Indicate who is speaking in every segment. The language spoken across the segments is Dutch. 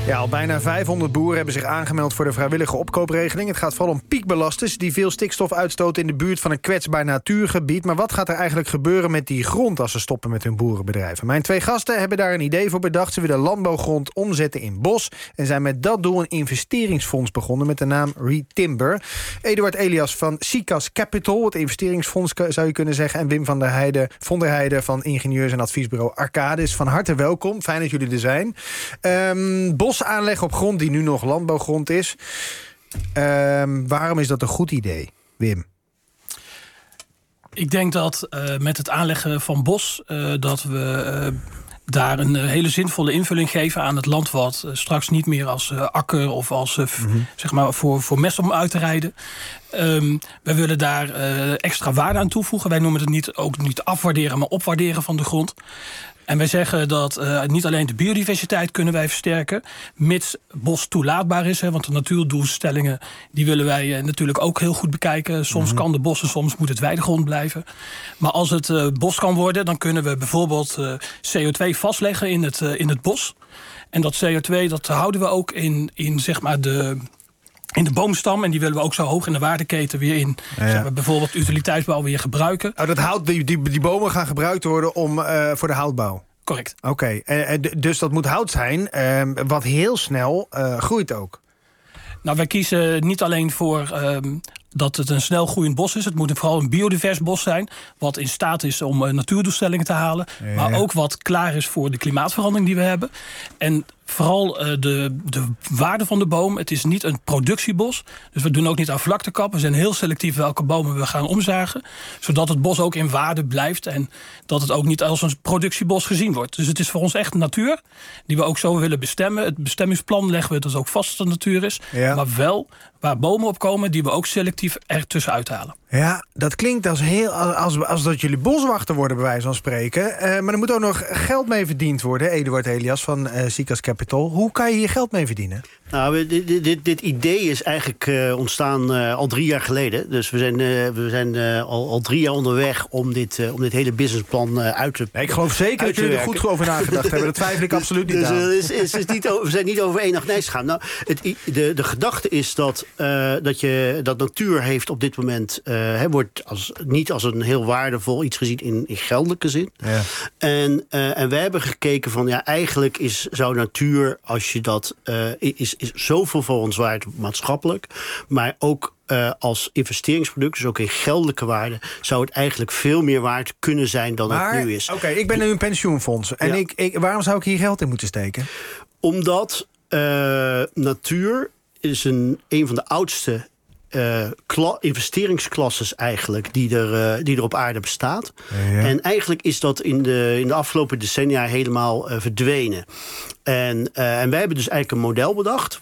Speaker 1: Ja, al bijna 500 boeren hebben zich aangemeld voor de vrijwillige opkoopregeling. Het gaat vooral om piekbelasters die veel stikstof uitstoten in de buurt van een kwetsbaar natuurgebied. Maar wat gaat er eigenlijk gebeuren met die grond als ze stoppen met hun boerenbedrijven? Mijn twee gasten hebben daar een idee voor bedacht. Ze willen landbouwgrond omzetten in bos en zijn met dat doel een investeringsfonds begonnen met de naam Retimber. Eduard Elias van Sicas Capital, het investeringsfonds zou je kunnen zeggen, en Wim van der Heijden van ingenieurs- en adviesbureau Arcadis. Van harte welkom, fijn dat jullie er zijn. Bos aanleggen op grond die nu nog landbouwgrond is. Waarom is dat een goed idee, Wim?
Speaker 2: Ik denk dat met het aanleggen van bos dat we daar een hele zinvolle invulling geven aan het land wat straks niet meer als akker of als zeg maar voor mest om uit te rijden. Wij willen daar extra waarde aan toevoegen. Wij noemen het ook niet afwaarderen, maar opwaarderen van de grond. En wij zeggen dat niet alleen de biodiversiteit kunnen wij versterken, mits bos toelaatbaar is. Want de natuurdoelstellingen die willen wij natuurlijk ook heel goed bekijken. Soms kan de bos en soms moet het weidegrond blijven. Maar als het bos kan worden, dan kunnen we bijvoorbeeld CO2 vastleggen in het bos. En dat CO2 dat houden we ook in zeg maar in de boomstam. En die willen we ook zo hoog in de waardeketen weer in zeg maar, bijvoorbeeld utiliteitsbouw weer gebruiken.
Speaker 1: Oh, dat hout, die bomen gaan gebruikt worden voor de houtbouw?
Speaker 2: Correct.
Speaker 1: Oké. Dus dat moet hout zijn, wat heel snel groeit ook.
Speaker 2: Nou, wij kiezen niet alleen voor dat het een snel groeiend bos is. Het moet vooral een biodivers bos zijn, wat in staat is om natuurdoelstellingen te halen. Ja. Maar ook wat klaar is voor de klimaatverandering die we hebben. En vooral de waarde van de boom. Het is niet een productiebos. Dus we doen ook niet aan vlaktekap. We zijn heel selectief welke bomen we gaan omzagen. Zodat het bos ook in waarde blijft. En dat het ook niet als een productiebos gezien wordt. Dus het is voor ons echt natuur. Die we ook zo willen bestemmen. Het bestemmingsplan leggen we dus ook vast dat het natuur is. Ja. Maar wel waar bomen op komen die we ook selectief ertussen uithalen.
Speaker 1: Ja, dat klinkt als dat jullie boswachter worden, bij wijze van spreken. Maar er moet ook nog geld mee verdiend worden. Eduard Elias van Sicas Capital. Hoe kan je hier geld mee verdienen?
Speaker 3: Nou, dit idee is eigenlijk ontstaan al 3 jaar geleden. Dus we zijn al 3 jaar onderweg om dit hele businessplan uit te
Speaker 1: Ik geloof zeker dat jullie er goed over nagedacht hebben. Dat twijfel ik absoluut niet aan.
Speaker 3: We zijn niet over één nacht ijs gegaan. Nou, de gedachte is dat natuur heeft op dit moment wordt niet als een heel waardevol iets gezien in geldelijke zin. Ja. En wij hebben gekeken van eigenlijk zou natuur, als je dat is zoveel voor ons waard maatschappelijk, maar ook als investeringsproduct, dus ook in geldelijke waarde, zou het eigenlijk veel meer waard kunnen zijn dan het nu is.
Speaker 1: Oké, ik ben nu een pensioenfonds. En waarom zou ik hier geld in moeten steken?
Speaker 3: Omdat natuur is een van de oudste investeringsklasses eigenlijk die er op aarde bestaat. Ja. En eigenlijk is dat in de afgelopen decennia helemaal verdwenen. En wij hebben dus eigenlijk een model bedacht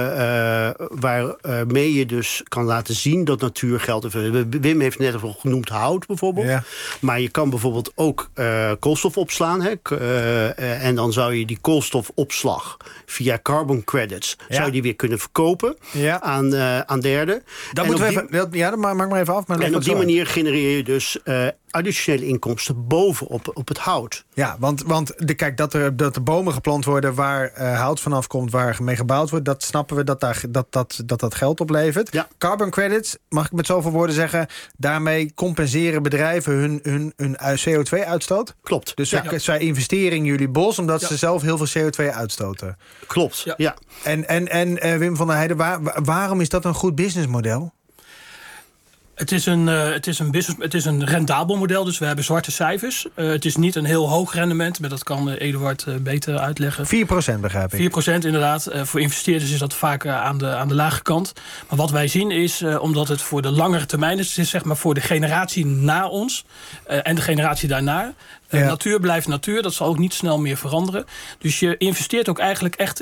Speaker 3: waarmee je dus kan laten zien dat natuur geld heeft. Wim heeft net al genoemd hout bijvoorbeeld. Ja. Maar je kan bijvoorbeeld ook koolstof opslaan. En dan zou je die koolstofopslag via carbon credits zou je die weer kunnen verkopen aan derden.
Speaker 1: Dat moeten we even, maak maar even af. Maar
Speaker 3: en op die manier genereer je dus additionele inkomsten bovenop het hout.
Speaker 1: Ja, want kijk, dat er bomen geplant worden waar hout vanaf komt, waar mee gebouwd wordt, dat snappen we dat geld oplevert. Ja. Carbon credits, mag ik met zoveel woorden zeggen, daarmee compenseren bedrijven hun CO2-uitstoot?
Speaker 3: Klopt.
Speaker 1: Dus zij investeren in jullie bos omdat ze zelf heel veel CO2 uitstoten.
Speaker 3: Klopt, ja.
Speaker 1: En Wim van der Heijden, waarom is dat een goed businessmodel?
Speaker 2: Het is een rendabel model, dus we hebben zwarte cijfers. Het is niet een heel hoog rendement, maar dat kan Eduard beter uitleggen.
Speaker 1: 4% begrijp ik.
Speaker 2: 4% inderdaad. Voor investeerders is dat vaak aan de lage kant. Maar wat wij zien is, omdat het voor de langere termijn is, zeg maar voor de generatie na ons en de generatie daarna. Natuur blijft natuur, dat zal ook niet snel meer veranderen. Dus je investeert ook eigenlijk echt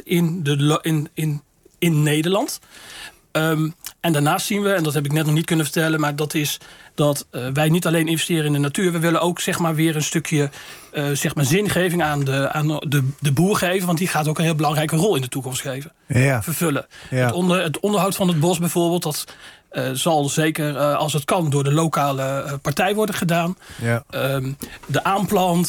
Speaker 2: in Nederland. En daarnaast zien we, en dat heb ik net nog niet kunnen vertellen, maar dat is dat wij niet alleen investeren in de natuur. We willen ook zeg maar weer een stukje zingeving aan de boer geven. Want die gaat ook een heel belangrijke rol in de toekomst vervullen. Ja. Het onderhoud van het bos bijvoorbeeld, dat zal zeker, als het kan, door de lokale partij worden gedaan.
Speaker 1: Ja.
Speaker 2: De aanplant,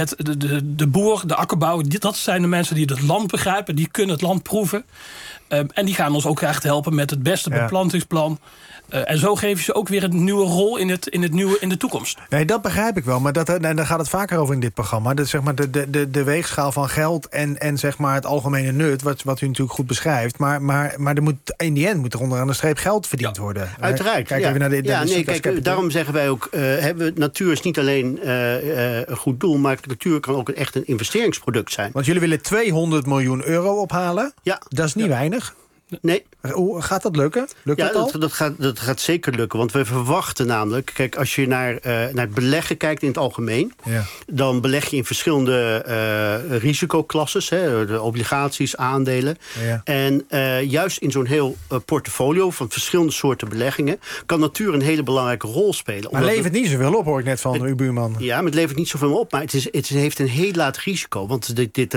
Speaker 2: de boer, de akkerbouwer, dat zijn de mensen die het land begrijpen. Die kunnen het land proeven. En die gaan ons ook echt helpen met het beste beplantingsplan. En zo geven ze ook weer een nieuwe rol in de toekomst. Nee,
Speaker 1: dat begrijp ik wel. Maar daar gaat het vaker over in dit programma. Dat, zeg maar, de weegschaal van geld en zeg maar het algemene nut, wat u natuurlijk goed beschrijft. Maar er moet, in die end moet er onderaan de streep geld verdiend worden.
Speaker 3: Uiteraard.
Speaker 1: Kijk even naar
Speaker 3: daarom zeggen wij ook, natuur is niet alleen een goed doel, maar natuur kan ook echt een investeringsproduct zijn.
Speaker 1: Want jullie willen 200 miljoen euro ophalen. Ja. Dat is niet weinig.
Speaker 3: Nee.
Speaker 1: Hoe gaat dat lukken?
Speaker 3: Dat gaat zeker lukken. Want we verwachten namelijk, kijk, als je naar het beleggen kijkt in het algemeen, dan beleg je in verschillende risicoklasses, de obligaties, aandelen. Ja. En juist in zo'n heel portfolio van verschillende soorten beleggingen kan natuur een hele belangrijke rol spelen.
Speaker 1: Maar levert niet zoveel op, hoor ik net van uw buurman.
Speaker 3: Ja, maar het levert niet zoveel op. Maar het heeft een heel laag risico. Want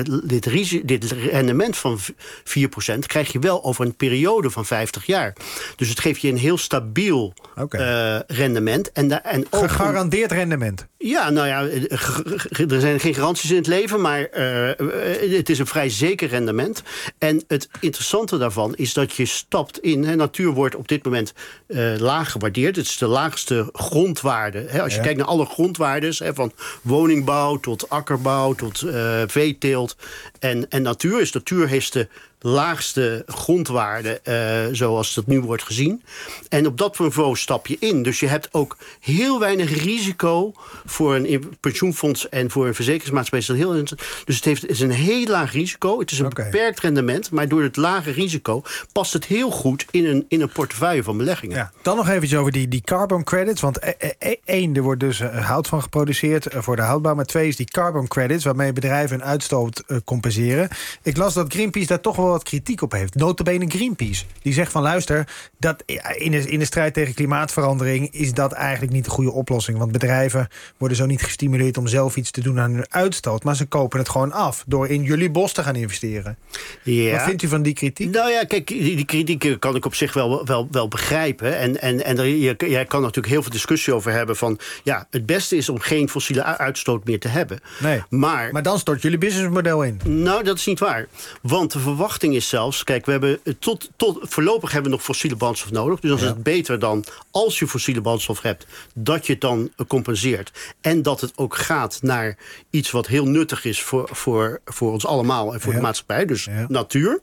Speaker 3: dit rendement van 4% krijg je wel over een periode van 50 jaar. Dus het geeft je een heel stabiel rendement. En ook
Speaker 1: gegarandeerd rendement?
Speaker 3: Ja, nou ja, er zijn geen garanties in het leven, maar het is een vrij zeker rendement. En het interessante daarvan is dat je stapt in. Natuur wordt op dit moment laag gewaardeerd. Het is de laagste grondwaarde. Als je kijkt naar alle grondwaardes, van woningbouw tot akkerbouw tot veeteelt en natuur. Natuur heeft de laagste grondwaarde, zoals dat nu wordt gezien. En op dat niveau stap je in. Dus je hebt ook heel weinig risico voor een pensioenfonds en voor een verzekeringsmaatschappij. Dus het is een heel laag risico. Het is een beperkt rendement, maar door het lage risico past het heel goed in een portefeuille van beleggingen. Ja.
Speaker 1: Dan nog eventjes over die carbon credits. Want één, er wordt dus hout van geproduceerd voor de houtbouw. Maar twee is die carbon credits, waarmee bedrijven hun uitstoot compenseren. Ik las dat Greenpeace daar toch wel wat kritiek op heeft. Nota bene Greenpeace. Die zegt van luister, dat in de strijd tegen klimaatverandering is dat eigenlijk niet de goede oplossing. Want bedrijven worden zo niet gestimuleerd om zelf iets te doen aan hun uitstoot. Maar ze kopen het gewoon af door in jullie bos te gaan investeren. Ja. Wat vindt u van die kritiek?
Speaker 3: Nou ja, kijk, die kritiek kan ik op zich wel begrijpen. En jij kan natuurlijk heel veel discussie over hebben van ja, het beste is om geen fossiele uitstoot meer te hebben.
Speaker 1: Nee. Maar dan stort jullie businessmodel in.
Speaker 3: Nou, dat is niet waar. Want de verwachting is zelfs, kijk, we hebben voorlopig hebben we nog fossiele brandstof nodig. Dus dan is het beter dan, als je fossiele brandstof hebt, dat je het dan compenseert. En dat het ook gaat naar iets wat heel nuttig is voor ons allemaal en voor de maatschappij. Dus natuur.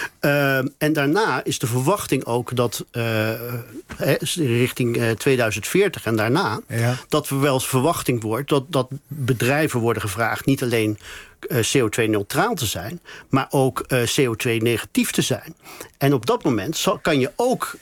Speaker 3: En daarna is de verwachting ook dat richting 2040 en daarna, dat er wel eens verwachting wordt dat bedrijven worden gevraagd niet alleen CO2-neutraal te zijn, maar ook CO2-negatief te zijn. En op dat moment kan je ook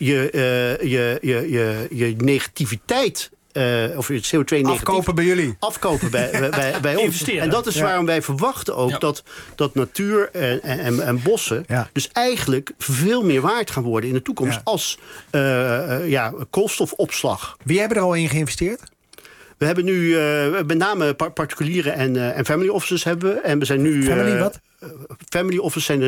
Speaker 3: je negativiteit of het CO2-negatief
Speaker 1: afkopen bij jullie.
Speaker 3: Afkopen bij ons. En dat is waarom wij verwachten ook dat natuur en bossen dus eigenlijk veel meer waard gaan worden in de toekomst als koolstofopslag.
Speaker 1: Wie hebben er al in geïnvesteerd?
Speaker 3: We hebben nu met name particulieren en family offices hebben we. En we zijn nu
Speaker 1: family wat?
Speaker 3: Family offices zijn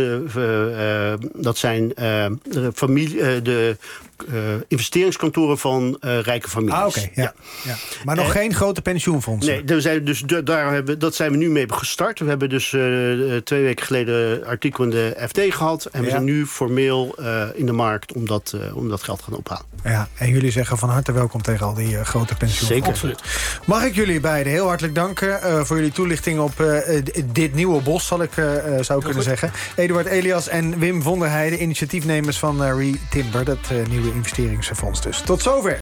Speaker 3: de investeringskantoren van rijke families.
Speaker 1: Ah, oké. Ja. Maar nog geen grote pensioenfondsen?
Speaker 3: Nee, dat zijn we nu mee gestart. We hebben dus 2 weken geleden een artikel in de FD gehad. En we zijn nu formeel in de markt om dat geld gaan ophalen.
Speaker 1: Ja, en jullie zeggen van harte welkom tegen al die grote pensioenfondsen.
Speaker 3: Zeker.
Speaker 2: Absoluut.
Speaker 1: Mag ik jullie beiden heel hartelijk danken voor jullie toelichting op dit nieuwe bos, zou ik kunnen zeggen. Eduard Elias en Wim Vonderheide, initiatiefnemers van Retimber, dat nieuwe investeringsfonds dus. Tot zover.